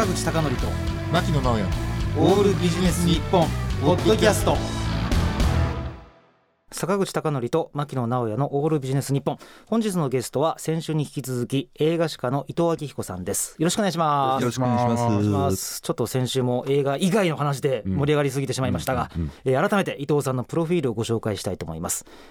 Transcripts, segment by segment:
坂口孝則と牧野直哉オールビジネス日本ポッドキャスト。坂口孝則と牧野直哉のオールビジネス日本。本日のゲストは先週に引き続き映画史家の伊藤明彦さんです。よろしくお願いします。 よろしくお願いします。 ちょっと先週も映画以外の話で盛り上がりすぎてしまいましたが、改めて伊藤さんのプロフィールをご紹介したいと思います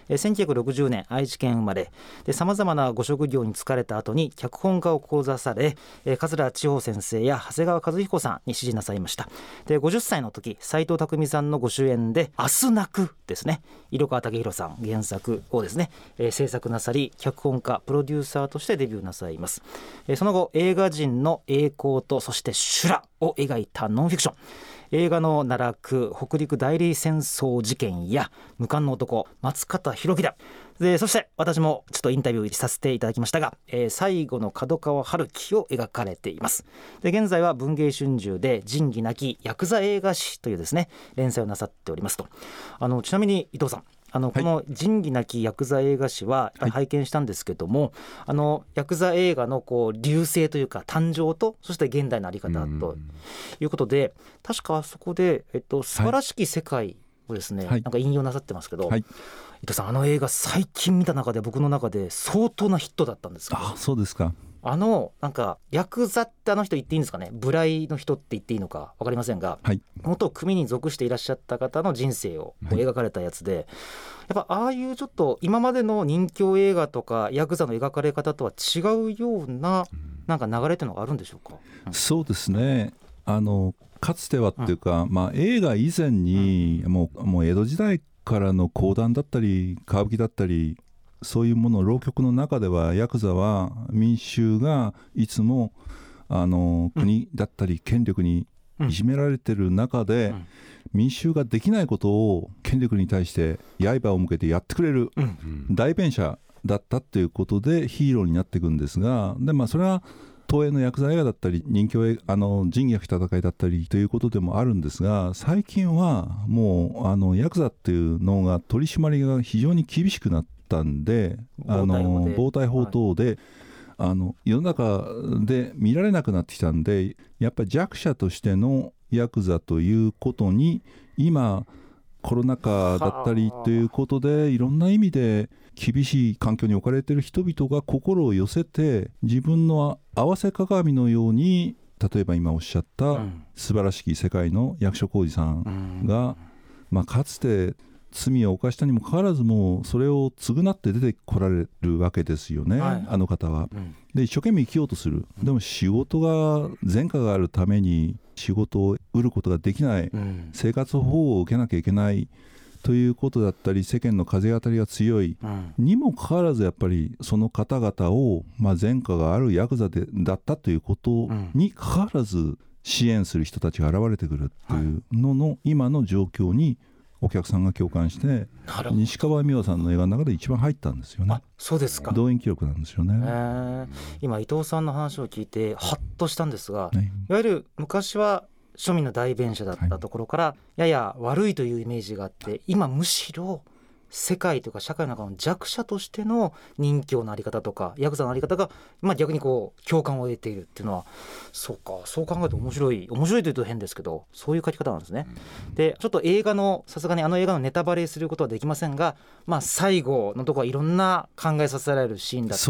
。1960年愛知県生まれで、さまざまなご職業に就かれた後に脚本家を志され、桂千穂先生や長谷川和彦さんに師事なさいました。で50歳の時、斎藤工さんのご主演で明日泣くですね、色川武弘さん原作をですね、制作なさり、脚本家プロデューサーとしてデビューなさいます。その後映画人の栄光とそして修羅を描いたノンフィクション、映画の奈落北陸代理戦争事件や無冠の男松方弘樹だ。でそして私もちょっとインタビューさせていただきましたが、最後の角川春樹を描かれています。で現在は文藝春秋で仁義なきヤクザ映画史というですね連載をなさっておりますと。ちなみに伊藤さん、この仁義なきヤクザ映画史は拝見したんですけども、ヤクザ映画の隆盛というか誕生と、そして現代のあり方ということで、確かそこで、素晴らしき世界をですね、なんか引用なさってますけど、伊藤さん、映画最近見た中で僕の中で相当なヒットだったんですけど。 あ、そうですか。 なんかヤクザって人言っていいんですかね、無頼の人って言っていいのか分かりませんが、元組に属していらっしゃった方の人生を描かれたやつで、やっぱああいうちょっと今までの任侠映画とかヤクザの描かれ方とは違うようななんか流れというのがあるんでしょうか。 そうですね、かつてはっていうか、映画以前に、もう江戸時代からの講談だったり歌舞伎だったり、そういうもの、浪曲の中ではヤクザは民衆がいつも国だったり権力にいじめられてる中で、民衆ができないことを権力に対して刃を向けてやってくれる代弁者だったということでヒーローになっていくんですが、で、それは東映のヤクザ映画だったり仁侠映画、仁義なき戦いだったりということでもあるんですが、最近はもうヤクザっていうのが取り締まりが非常に厳しくなったんで、暴対法等で、世の中で見られなくなってきたんで、やっぱり弱者としてのヤクザということに今コロナ禍だったりということで、いろんな意味で厳しい環境に置かれている人々が心を寄せて、自分の合わせ鏡のように、例えば今おっしゃった素晴らしき世界の役所広司さんが、かつて罪を犯したにもかかわらずもそれを償って出てこられるわけですよね、あの方は。で一生懸命生きようとする。でも仕事が前科があるために仕事を得ることができない、生活保護を受けなきゃいけないということだったり、世間の風当たりが強い、にもかかわらずやっぱりその方々を、前科があるヤクザだったということにかかわらず支援する人たちが現れてくるっていうのの今の状況にお客さんが共感して、西川美和さんの映画の中で一番入ったんですよね。 そうですか。 動員記録なんですよね。 今伊藤さんの話を聞いてハッとしたんですが、いわゆる昔は庶民の代弁者だったところからやや悪いというイメージがあって、今むしろ世界というか社会の中の弱者としての任侠のあり方とかヤクザのあり方が、逆に共感を得ているっていうのは、そうか、そう考えると面白いというと変ですけど、そういう書き方なんですね。でちょっと映画の、さすがに映画のネタバレすることはできませんが、最後のところはいろんな考えさせられるシーンだった、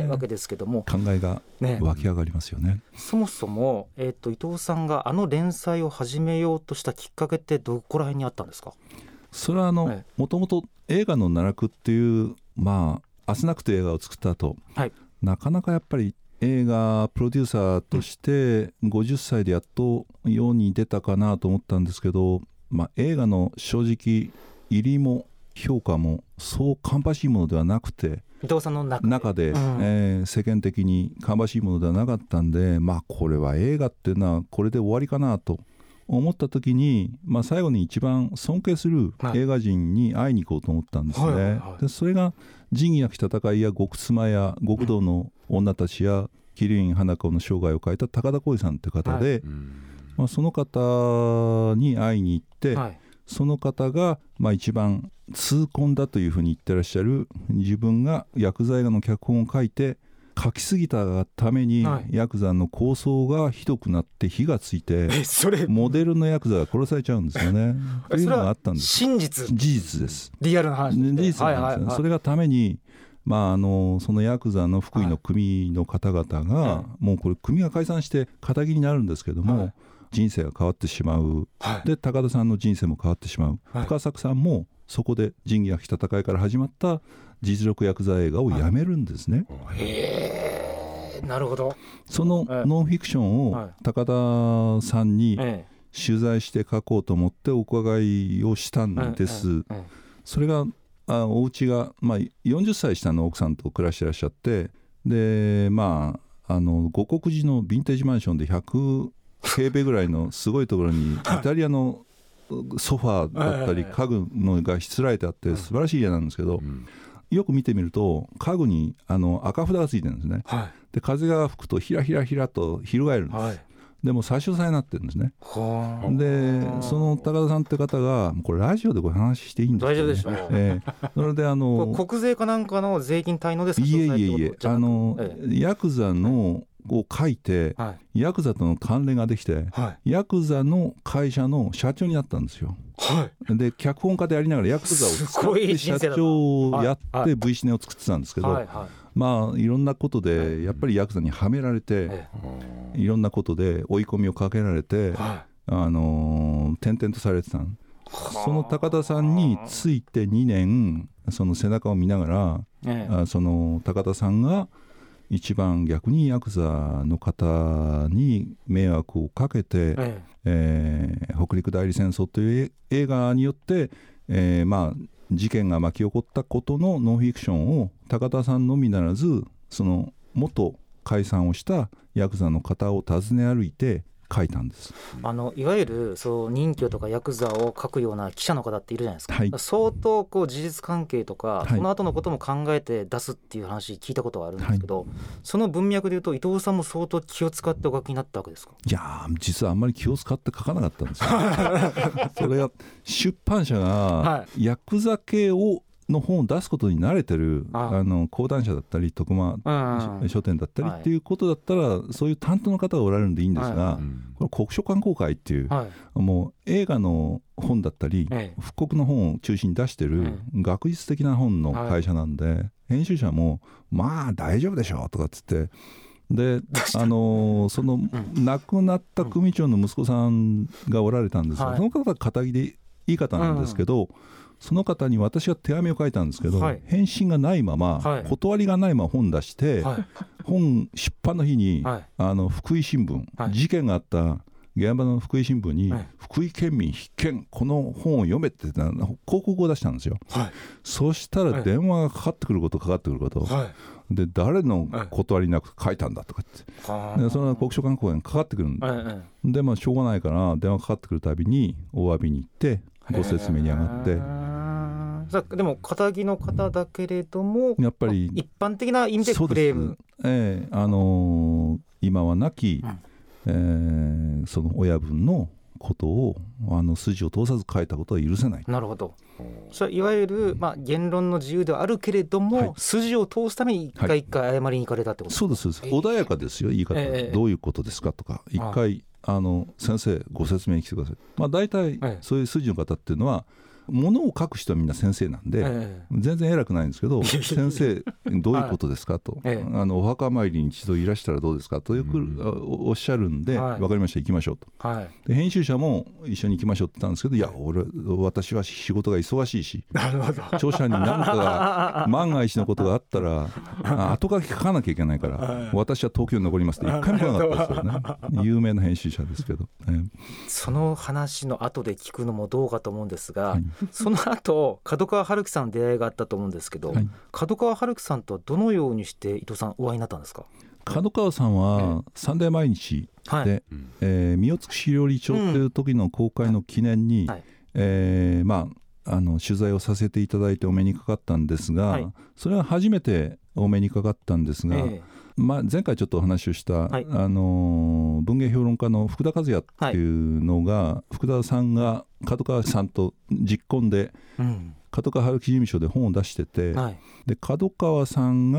わけですけども、 考えが湧き上がりますよね。 そもそも、伊藤さんが連載を始めようとしたきっかけってどこら辺にあったんですか。 それはもともと映画の奈落っていう、明日なくという映画を作った後、なかなかやっぱり映画プロデューサーとして50歳でやっと世に出たかなと思ったんですけど、映画の正直入りも評価もそう芳しいものではなくて、 伊藤さんの中で、世間的に芳しいものではなかったんで、これは映画っていうのはこれで終わりかなと思った時に、最後に一番尊敬する映画人に会いに行こうと思ったんですね。でそれが仁義なき戦いや極妻や極道の女たちや桐生院花子の生涯を書いた高田浩二さんという方で、その方に会いに行って、その方が一番痛恨だというふうに言ってらっしゃる、自分が薬剤画の脚本を書いて書きすぎたがために、ヤクザの抗争がひどくなって火がついて、モデルのヤクザが殺されちゃうんですよねというのがあったんです。 真実、 事実です。 リアルな話事実なんですね。それがために、そのヤクザの福井の組の方々が、もうこれ組が解散して仇になるんですけども、人生が変わってしまう、で高田さんの人生も変わってしまう、深作さんもそこで仁義なき戦いから始まった実力ヤクザ映画をやめるんですね。 なるほど。 そのノンフィクションを高田さんに取材して書こうと思ってお伺いをしたんです。それがお家が、40歳下の奥さんと暮らしてらっしゃって、で五国寺のヴィンテージマンションで100平米ぐらいのすごいところにイタリアのソファーだったり家具のがしつらえてあって素晴らしい家なんですけど、よく見てみると家具に赤札がついてるんですね。で風が吹くとひらひらひらと翻るんです。でも差し押さえになってるんですね。でその高田さんって方がこれラジオでご話していいんですか、ね、 大丈夫でしょう。 それで国税かなんかの税金滞納で差し押さえってことヤクザのを書いて、ヤクザとの関連ができて、ヤクザの会社の社長になったんですよ。で脚本家でありながらヤクザを使って社長をやって V シネを作ってたんですけど、いろんなことでやっぱりヤクザにはめられて、いろんなことで追い込みをかけられて、転々とされてた。その高田さんについて2年その背中を見ながら、その高田さんが一番逆にヤクザの方に迷惑をかけて、北陸代理戦争という映画によって、事件が巻き起こったことのノンフィクションを高田さんのみならずその元解散をしたヤクザの方を訪ね歩いて書いたんです。 いわゆるそう任侠とかヤクザを書くような記者の方っているじゃないですか、相当事実関係とか、その後のことも考えて出すっていう話聞いたことがあるんですけど、その文脈でいうと伊藤さんも相当気を使ってお書きになったわけですか？ いや実はあんまり気を使って書かなかったんですよそれが出版社がヤクザ系をの本を出すことに慣れてる講談社だったり徳間書店だったりっていうことだったら、そういう担当の方がおられるんでいいんですが、これ国書観光会っていう、もう映画の本だったり復刻の本を中心に出してる学術的な本の会社なんで、編集者も大丈夫でしょとかっつって、でその亡くなった組長の息子さんがおられたんですが、その方は堅気でいい方なんですけど、その方に私が手紙を書いたんですけど、返信がないまま、断りがないまま本出して、本出版の日に、福井新聞、事件があった現場の福井新聞に、福井県民必見この本を読めって広告を出したんですよ。そしたら電話がかかってくることで、誰の断りなく書いたんだとかって、でその国書観光にかかってくるんで、しょうがないから電話かかってくるたびにお詫びに行ってご説明に上がって、 でも堅気の方だけれどもやっぱり一般的な意味でクレーム、 今はなき、その親分のことを筋を通さず書いたことは許せない。 なるほど。それはいわゆる、言論の自由ではあるけれども、筋を通すために一回一回謝りに行かれたってことですか？ そうです。穏やかですよ言い方、どういうことですかとか一回先生ご説明に来てください。大体そういう筋の方っていうのは物を書く人はみんな先生なんで、全然偉くないんですけど先生どういうことですかと、お墓参りに一度いらしたらどうですかとよくおっしゃるんで、分かりました行きましょうと、で編集者も一緒に行きましょうって言ったんですけど、いや私は仕事が忙しいし、著者に何かが万が一のことがあったら後書き書かなきゃいけないから、私は東京に残りますって一回も来なかったですよね有名な編集者ですけど、 その話の後で聞くのもどうかと思うんですが、その後角川春樹さんの出会いがあったと思うんですけど、角川春樹さんとはどのようにして伊藤さんお会いになったんですか？ 角川さんはサンデー毎日で、三代津市料理長という時の公開の記念に、取材をさせていただいてお目にかかったんですが、それは初めてお目にかかったんですが、前回ちょっとお話をした、文芸評論家の福田和也っていうのが、福田さんが角川さんと実婚で、角川春樹事務所で本を出してて、で角川さんが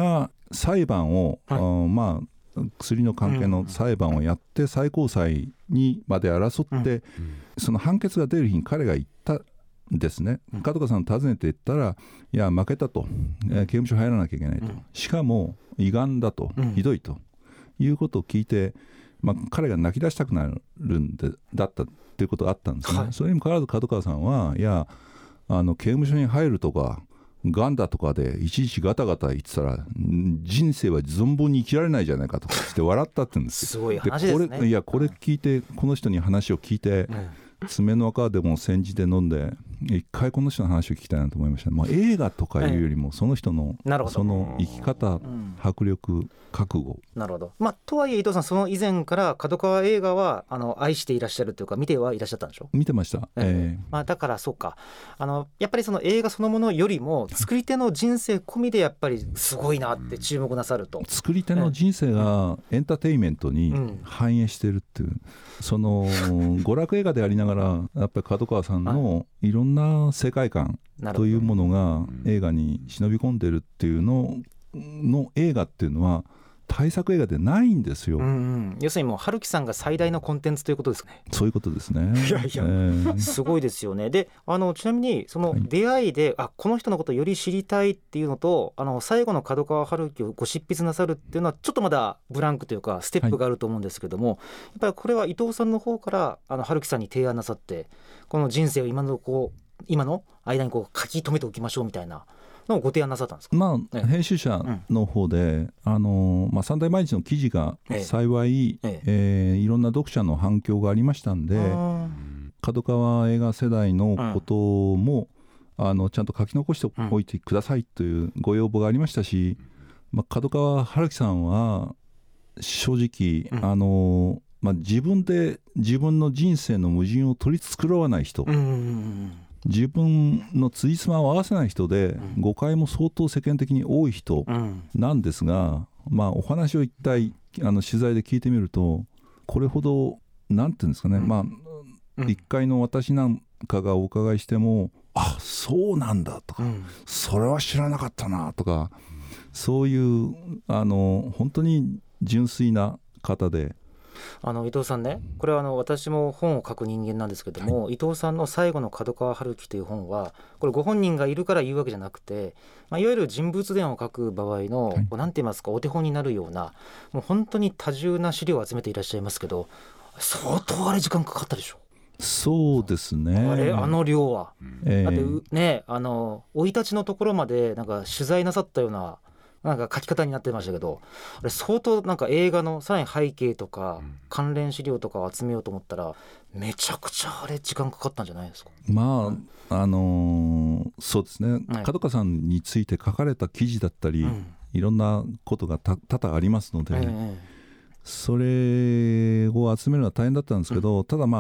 裁判を、まあ薬の関係の裁判をやって最高裁にまで争って、その判決が出る日に彼が言ったんですね。角川さんを訪ねていったら、いや負けたと、刑務所入らなきゃいけないと、しかも胃がんだと、ひどいということを聞いて、まあ、彼が泣き出したくなるんでだったということがあったんですね、それにもかかわらず角川さんは、いや刑務所に入るとかがんだとかでいちいちガタガタ言ってたら人生は存分に生きられないじゃないかとかして笑ったって言うんですよ。 すごい話ですね。 これ聞いて、この人に話を聞いて、爪の赤でも煎じて飲んで一回この人の話を聞きたいなと思いました、まあ、映画とかいうよりもその人の、その生き方、迫力、覚悟。 なるほど、まあ、とはいえ伊藤さん、その以前から角川映画は愛していらっしゃるというか見てはいらっしゃったんでしょ？ 見てました、 まあ、だからそうか、やっぱりその映画そのものよりも作り手の人生込みでやっぱりすごいなって注目なさると、 作り手の人生がエンターテインメントに反映してるっていう、その娯楽映画でありながらやっぱり角川さんのいろんな世界観というものが映画に忍び込んでるっていうの映画っていうのは大作映画でないんですよ、 要するにもう春樹さんが最大のコンテンツということですね。 そういうことですね。 いやいや、すごいですよね。でちなみにその出会いで、この人のことをより知りたいっていうのと、最後の角川春樹をご執筆なさるっていうのはちょっとまだブランクというかステップがあると思うんですけども、やっぱりこれは伊藤さんの方から春樹さんに提案なさって、この人生を今の間に書き留めておきましょうみたいなのをご提案なさったんですか？ まあ、編集者の方で、サンデー毎日の記事が幸い、いろんな読者の反響がありましたんで、角川映画世代のことも、ちゃんと書き残しておいてくださいというご要望がありましたし、角川春樹さんは正直、自分で自分の人生の矛盾を取り繕わない人、自分のつじつまを合わせない人で、誤解も相当世間的に多い人なんですが、お話を一体取材で聞いてみると、これほどなんていうんですかね、一回の私なんかがお伺いしても、そうなんだとか、それは知らなかったなとか、そういう本当に純粋な方で、 伊藤さんね、これは私も本を書く人間なんですけども、伊藤さんの最後の角川春樹という本は、これご本人がいるから言うわけじゃなくて、いわゆる人物伝を書く場合の、なんて言いますか、お手本になるような、もう本当に多重な資料を集めていらっしゃいますけど、相当時間かかったでしょ？ そうですね、 量は、だってね、生い立ちのところまで取材なさったような書き方になってましたけど、あれ相当映画のさらに背景とか関連資料とかを集めようと思ったら、めちゃくちゃ時間かかったんじゃないですか？ そうですね、角川さんについて書かれた記事だったり、いろんなことが多々ありますので、それを集めるのは大変だったんですけど、ただ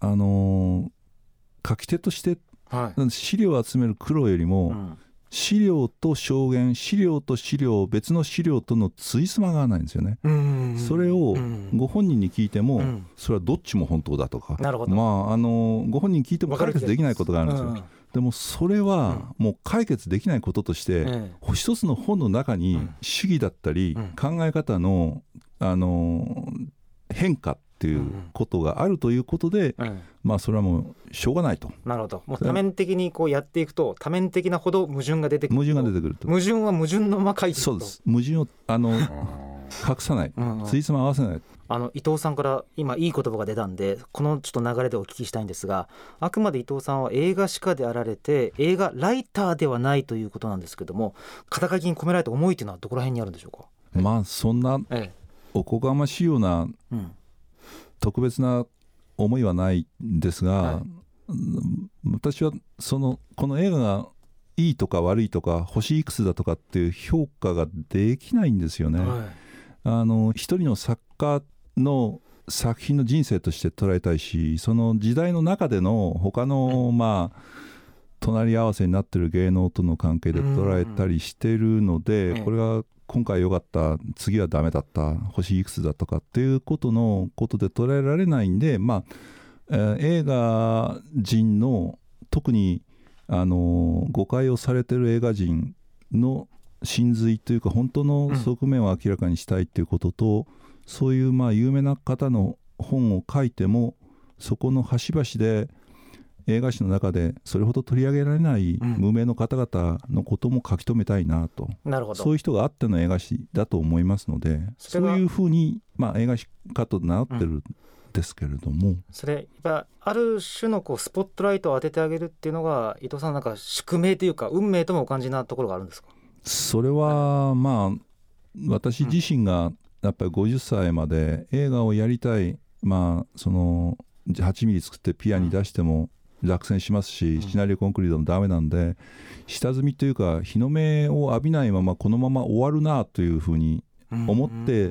書き手として、資料を集める苦労よりも、資料と証言、資料と資料、別の資料とのついつまがないんですよね。それをご本人に聞いても、それはどっちも本当だとか、ご本人に聞いても解決できないことがあるんですよ。でもそれはもう解決できないこととして、一つの本の中に主義だったり、考え方の、変化っていうことがあるということで、それはもうしょうがないと。 なるほど。もう多面的にやっていくと、多面的なほど矛盾が出てくる。矛盾は矛盾のまま書いていくと。 そうです。矛盾を隠さない、ついつま合わせない。 伊藤さんから今いい言葉が出たんで、このちょっと流れでお聞きしたいんですが、あくまで伊藤さんは映画史家であられて、映画ライターではないということなんですけども、肩書きに込められた思いというのはどこら辺にあるんでしょうか？ そんなおこがましいような特別な思いはないんですが、私はこの映画がいいとか悪いとか星いくつだとかっていう評価ができないんですよね。一人の作家の作品の人生として捉えたいし、その時代の中での他の隣り合わせになっている芸能との関係で捉えたりしているので、これが今回良かった、次はダメだった、星いくつだとかっていうことで捉えられないんで、映画人の特に誤解をされている映画人の真髄というか本当の側面を明らかにしたいということと、そういう有名な方の本を書いてもそこの端々で映画史の中でそれほど取り上げられない無名の方々のことも書き留めたいなと、 なるほど。 そういう人があっての映画史だと思いますので、そういうふうに、映画史家と名乗ってるんですけれども、 それやっぱある種のスポットライトを当ててあげるっていうのが伊藤さんなんか宿命というか運命ともお感じなところがあるんですか？ それは私自身がやっぱり50歳まで映画をやりたい、その8ミリ作ってピアに出しても落選しますし、シナリオコンクリートもダメなんで、下積みというか日の目を浴びないままこのまま終わるなというふうに思って、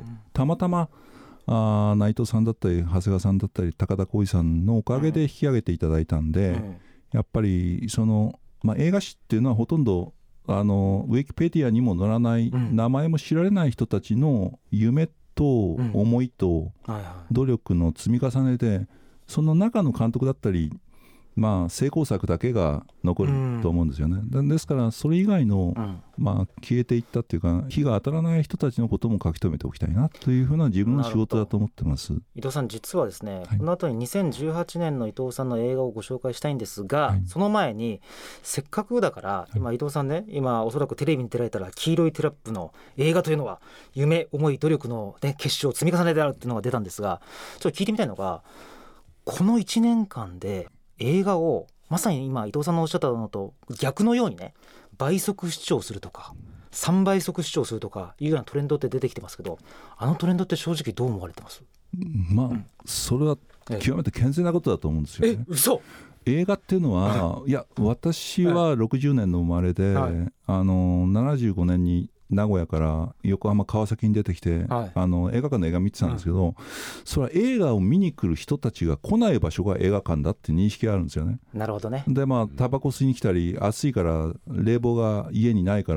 たまたま内藤さんだったり長谷川さんだったり高田浩二さんのおかげで引き上げていただいたんで、やっぱりその、映画史っていうのはほとんどウィキペディアにも載らない、名前も知られない人たちの夢と思いと努力の積み重ねで、その中の監督だったり成功作だけが残ると思うんですよね。ですからそれ以外の、消えていったっていうか火が当たらない人たちのことも書き留めておきたいなというふうな自分の仕事だと思ってます。 伊藤さん実はですね、この後に2018年の伊藤さんの映画をご紹介したいんですが、その前にせっかくだから、今伊藤さんね、今おそらくテレビに出られたら黄色いテラップの映画というのは夢思い努力の、結晶積み重ねであるっていうのが出たんですが、ちょっと聞いてみたいのが、この1年間で映画をまさに今伊藤さんのおっしゃったのと逆のようにね、倍速視聴するとか3倍速視聴するとかいうようなトレンドって出てきてますけど、あのトレンドって正直どう思われてます？ それは極めて健全なことだと思うんですよね。 嘘？ 映画っていうのは、いや私は60年の生まれで、75年に名古屋から横浜川崎に出てきて、映画館の映画見てたんですけど、それは映画を見に来る人たちが来ない場所が映画館だって認識があるんですよね。 なるほどね。 でタバコ吸いに来たり、暑いから冷房が家にないから、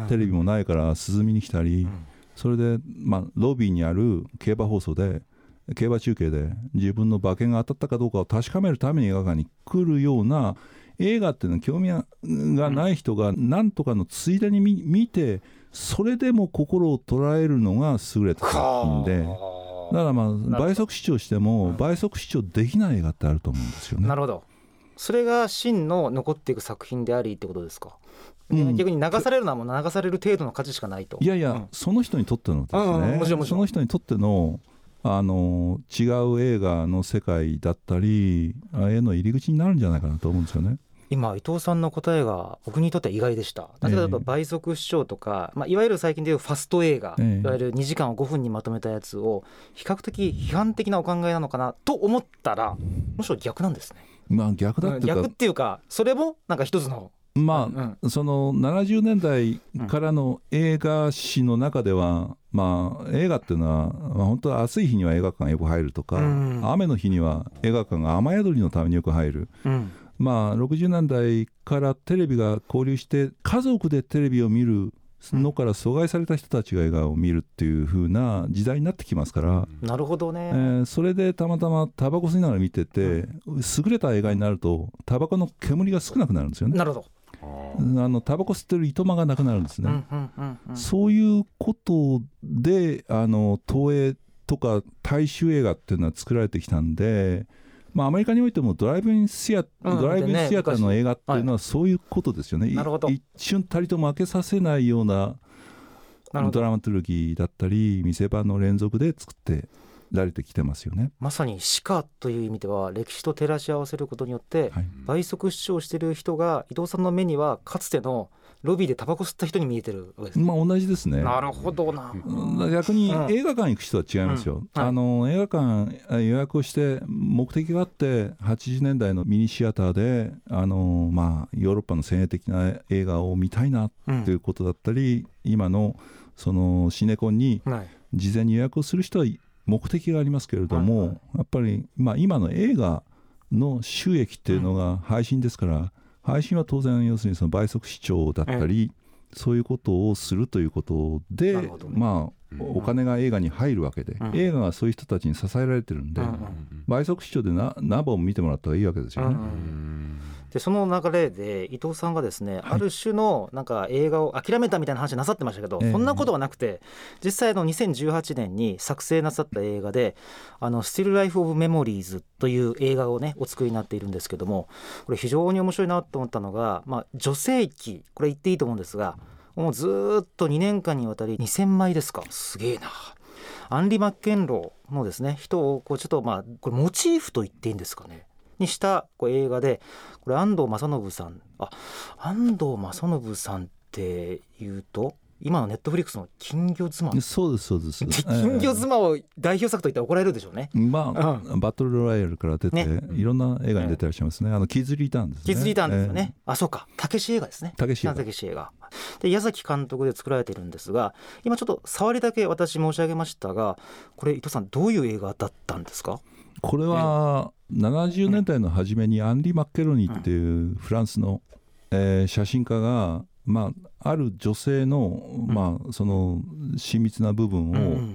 テレビもないから涼みに来たり、それで、ロビーにある競馬放送で競馬中継で自分の馬券が当たったかどうかを確かめるために映画館に来るような、映画っていうのは興味がない人が何とかのついでに見て、それでも心を捉えるのが優れた作品で、だから倍速視聴しても倍速視聴できない映画ってあると思うんですよね。 なるほど。それが真の残っていく作品でありってことですか？逆に流されるのはもう流される程度の価値しかないと。 いや、その人にとってのですね、その人にとっての違う映画の世界だったりへの入り口になるんじゃないかなと思うんですよね。 今伊藤さんの答えが僕にとっては意外でした。例えば倍速視聴とか、いわゆる最近でいうファスト映画、いわゆる2時間を5分にまとめたやつを比較的批判的なお考えなのかなと思ったら、むしろ逆なんですね。 逆だっていうか、 逆っていうか、それもなんか一つのその70年代からの映画史の中では、映画っていうのは、本当は暑い日には映画館がよく入るとか、雨の日には映画館が雨宿りのためによく入る、60年代からテレビが交流して家族でテレビを見るのから阻害された人たちが映画を見るっていう風な時代になってきますから。 なるほどね。 それでたまたまタバコ吸いながら見てて、優れた映画になるとタバコの煙が少なくなるんですよね。 なるほど。タバコ吸ってるいとまがなくなるんですね。そういうことで東映とか大衆映画っていうのは作られてきたんで、アメリカにおいてもドライブインシアターの映画っていうのはそういうことですよね。一瞬たりとも開けさせないようなドラマトゥルギーだったり見せ場の連続で作ってられてきてますよね。 まさに史家という意味では歴史と照らし合わせることによって、倍速視聴している人が伊藤さんの目にはかつてのロビーでタバコ吸った人に見えてるわけですね。 同じですね。 なるほどな。 逆に映画館行く人は違いますよ。映画館予約をして目的があって80年代のミニシアターでヨーロッパの先鋭的な映画を見たいなということだったり、今のそのシネコンに事前に予約をする人は目的がありますけれども、やっぱり今の映画の収益っていうのが配信ですから、配信は当然要するにその倍速視聴だったり、そういうことをするということで、お金が映画に入るわけで、映画がそういう人たちに支えられてるんで、倍速視聴で何本も見てもらったらいいわけですよね。 でその流れで伊藤さんがですね、ある種のなんか映画を諦めたみたいな話なさってましたけど、そんなことはなくて、実際2018年に作成なさった映画でStill Life of Memories という映画をねお作りになっているんですけども、これ非常に面白いなと思ったのが、女性器、これ言っていいと思うんですが、もうずっと2年間にわたり2000枚ですか、すげえな、アンリ・マッケンローのですね人をちょっとこれモチーフと言っていいんですかねにした映画で、これ安藤正信さん、安藤正信さんっていうと今のネットフリックスの金魚妻、 そうですそうです、 金魚妻を代表作と言ったら怒られるでしょうね。 バトルロワイヤルから出て、いろんな映画に出てらっしゃいますね。キッズリターンですね。 キッズリターンですよね。そうか、たけし映画ですね。たけし映画で矢崎監督で作られているんですが、今ちょっと触りだけ私申し上げましたが、これ伊藤さんどういう映画だったんですか？ これは70年代の初めにアンリ・マッケロニっていうフランスの、写真家が、ある女性の、その親密な部分を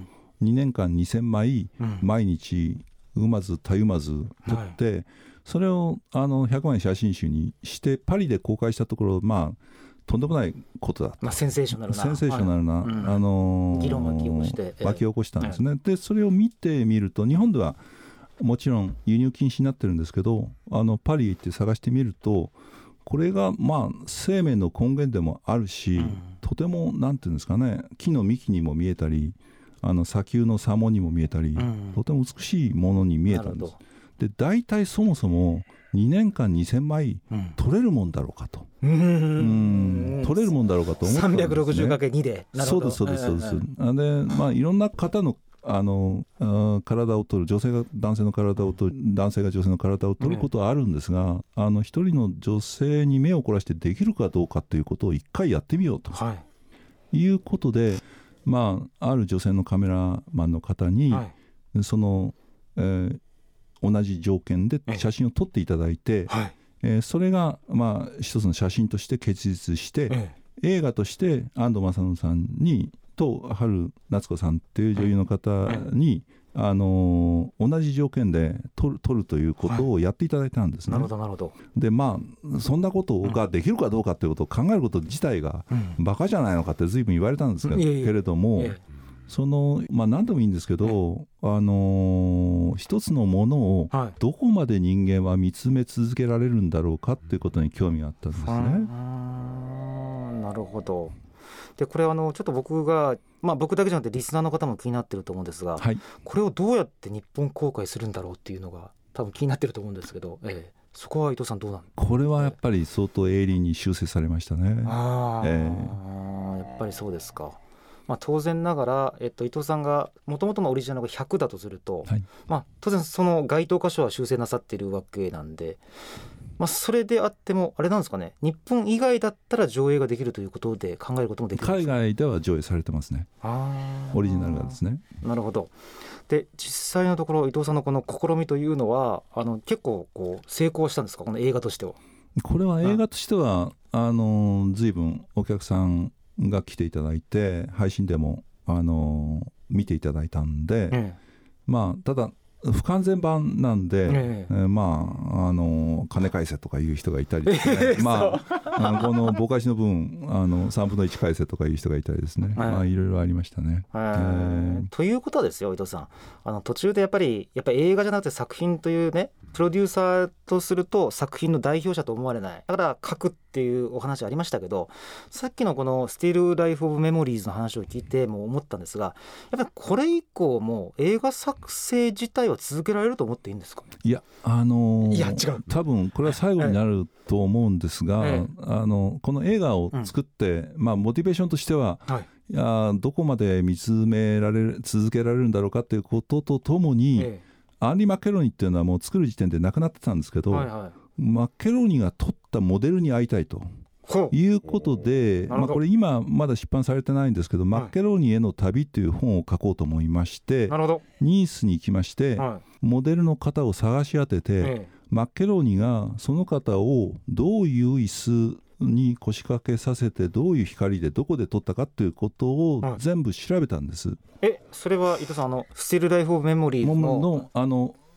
2年間2000枚毎日産まずたゆまず撮って、それを100枚写真集にしてパリで公開したところ、とんでもないことだった、 センセーショナルな、 議論を巻き起こしたんですね。でそれを見てみると、日本ではもちろん輸入禁止になってるんですけど、パリへ行って探してみると、これが生命の根源でもあるし、とてもなんていうんですかね、木の幹にも見えたり、砂丘の砂紋にも見えたり、とても美しいものに見えたんです。で大体そもそも2年間2000枚取れるもんだろうかと、取れるもんだろうかと思ったんですね。 360×2 で。 そうですそうですそうです。でいろんな方の体を取る、女性が男性の体を取る、男性が女性の体を取ることはあるんですが、一人の女性に目を凝らしてできるかどうかということを一回やってみようと、いうことで、ある女性のカメラマンの方に、その、同じ条件で写真を撮っていただいて、それが一つの写真として結実して、映画として安藤正信さんにと春夏子さんっていう女優の方に、同じ条件で撮るということをやっていただいたんですね。 なるほどなるほど。 でそんなことができるかどうかということを考えること自体がバカじゃないのかって随分言われたんですけれども、何でもいいんですけど、一つのものをどこまで人間は見つめ続けられるんだろうかっていうことに興味があったんですね。 なるほど。でこれちょっと僕だけじゃなくてリスナーの方も気になってると思うんですが、これをどうやって日本公開するんだろうっていうのが多分気になってると思うんですけど、そこは伊藤さんどうなんですか？ これはやっぱり相当鋭利に修正されましたね。 やっぱりそうですか。当然ながら、伊藤さんがもともとのオリジナルが100だとすると、当然その該当箇所は修正なさっているわけなんで、それであってもあれなんですかね、日本以外だったら上映ができるということで考えることもできるんですか？ 海外では上映されてますね、オリジナルがですね。 なるほど。で実際のところ伊藤さんのこの試みというのは結構成功したんですか、この映画としては？これは映画としては随分お客さんが来ていただいて、配信でも見ていただいたんで、ただ不完全版なんで、金返せとかいう人がいたりですねこのぼかしの分3分の1返せとかいう人がいたりですね、いろいろありましたね。 ということはですよ伊藤さん、途中でやっぱり映画じゃなくて作品というね、プロデューサーとすると作品の代表者と思われない、だから書くっていうお話ありましたけど、さっきのこの Still Life of Memories の話を聞いても思ったんですが、やっぱりこれ以降も映画作成自体は続けられると思っていいんですか？ いや、違う、多分これは最後になると思うんですが、この映画を作って、モチベーションとしては、どこまで見つめられる続けられるんだろうかということとともに、アンリ・マッケロニっていうのはもう作る時点で亡くなってたんですけど、マッケロニが撮ったモデルに会いたいということで、これ今まだ出版されてないんですけど、マッケロニへの旅という本を書こうと思いまして、ニースに行きまして、モデルの方を探し当てて、マッケロニがその方をどういう椅子に腰掛けさせて、どういう光でどこで撮ったかということを全部調べたんです。 それは伊藤さんStill Life of Memories の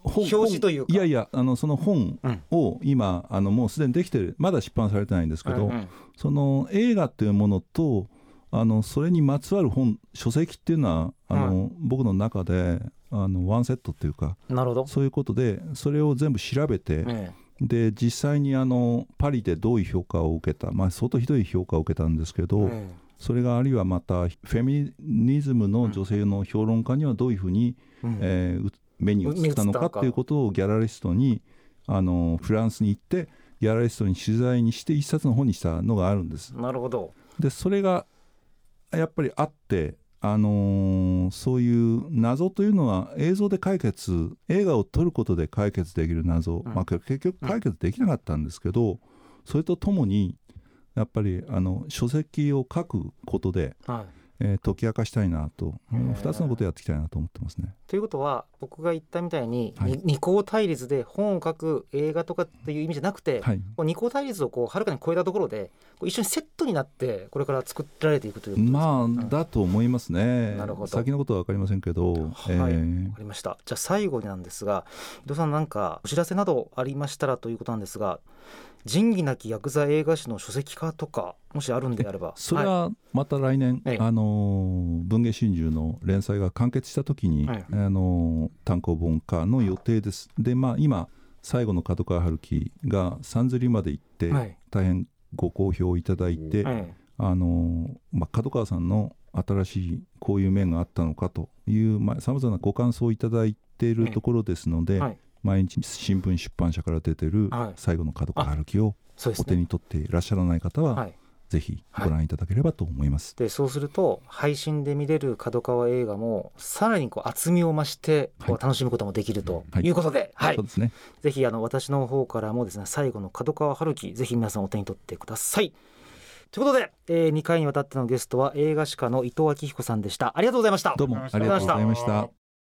表紙というか、 いやその本を今、もうすでにできてる、まだ出版されてないんですけど、その映画っていうものとそれにまつわる書籍っていうのは僕の中でワンセットっていうか、 なるほど、 そういうことでそれを全部調べて、で実際にパリでどういう評価を受けた、相当ひどい評価を受けたんですけど、それがあるいはまたフェミニズムの女性の評論家にはどういうふうに、目に映ったのかっていうことをギャラリストにフランスに行ってギャラリストに取材にして一冊の本にしたのがあるんです。 なるほど。 でそれがやっぱりあって、そういう謎というのは映像で解決、映画を撮ることで解決できる謎、結局解決できなかったんですけど、それとともにやっぱり書籍を書くことで、解き明かしたいなと、2つのことをやっていきたいなと思ってますね。 ということは僕が言ったみたいに、二項対立で本を書く映画とかっていう意味じゃなくて、二項対立をはるかに超えたところで一緒にセットになってこれから作られていくということですか。 だと思いますね。 なるほど。 先のことは分かりませんけど、 わかりました。じゃあ最後になんですが、伊藤さん何かお知らせなどありましたらということなんですが、仁義なきヤクザ映画史の書籍化とかもしあるんであれば、 それはまた来年、文藝春秋の連載が完結した時に、単行本化の予定です。で今最後の角川春樹が三釣りまで行って、大変ご好評いただいて、角川さんの新しいこういう面があったのかというさまざまなご感想をいただいているところですので、毎日新聞出版社から出てる最後の角川春樹をお手に取っていらっしゃらない方は、ぜひご覧いただければと思います。 でそうすると配信で見れる角川映画もさらに厚みを増して楽しむこともできるということで、 そうですね、 ぜひ私の方からもですね、最後の角川春樹ぜひ皆さんお手に取ってください。ということで、2回にわたってのゲストは映画史家の伊藤明彦さんでした。ありがとうございました。 どうもありがとうございました。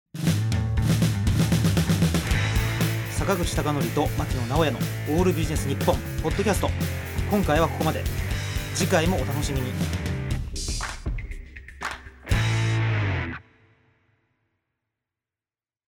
坂口孝則と牧野直哉のオールビジネス日本ポッドキャスト、今回はここまで。次回もお楽しみに。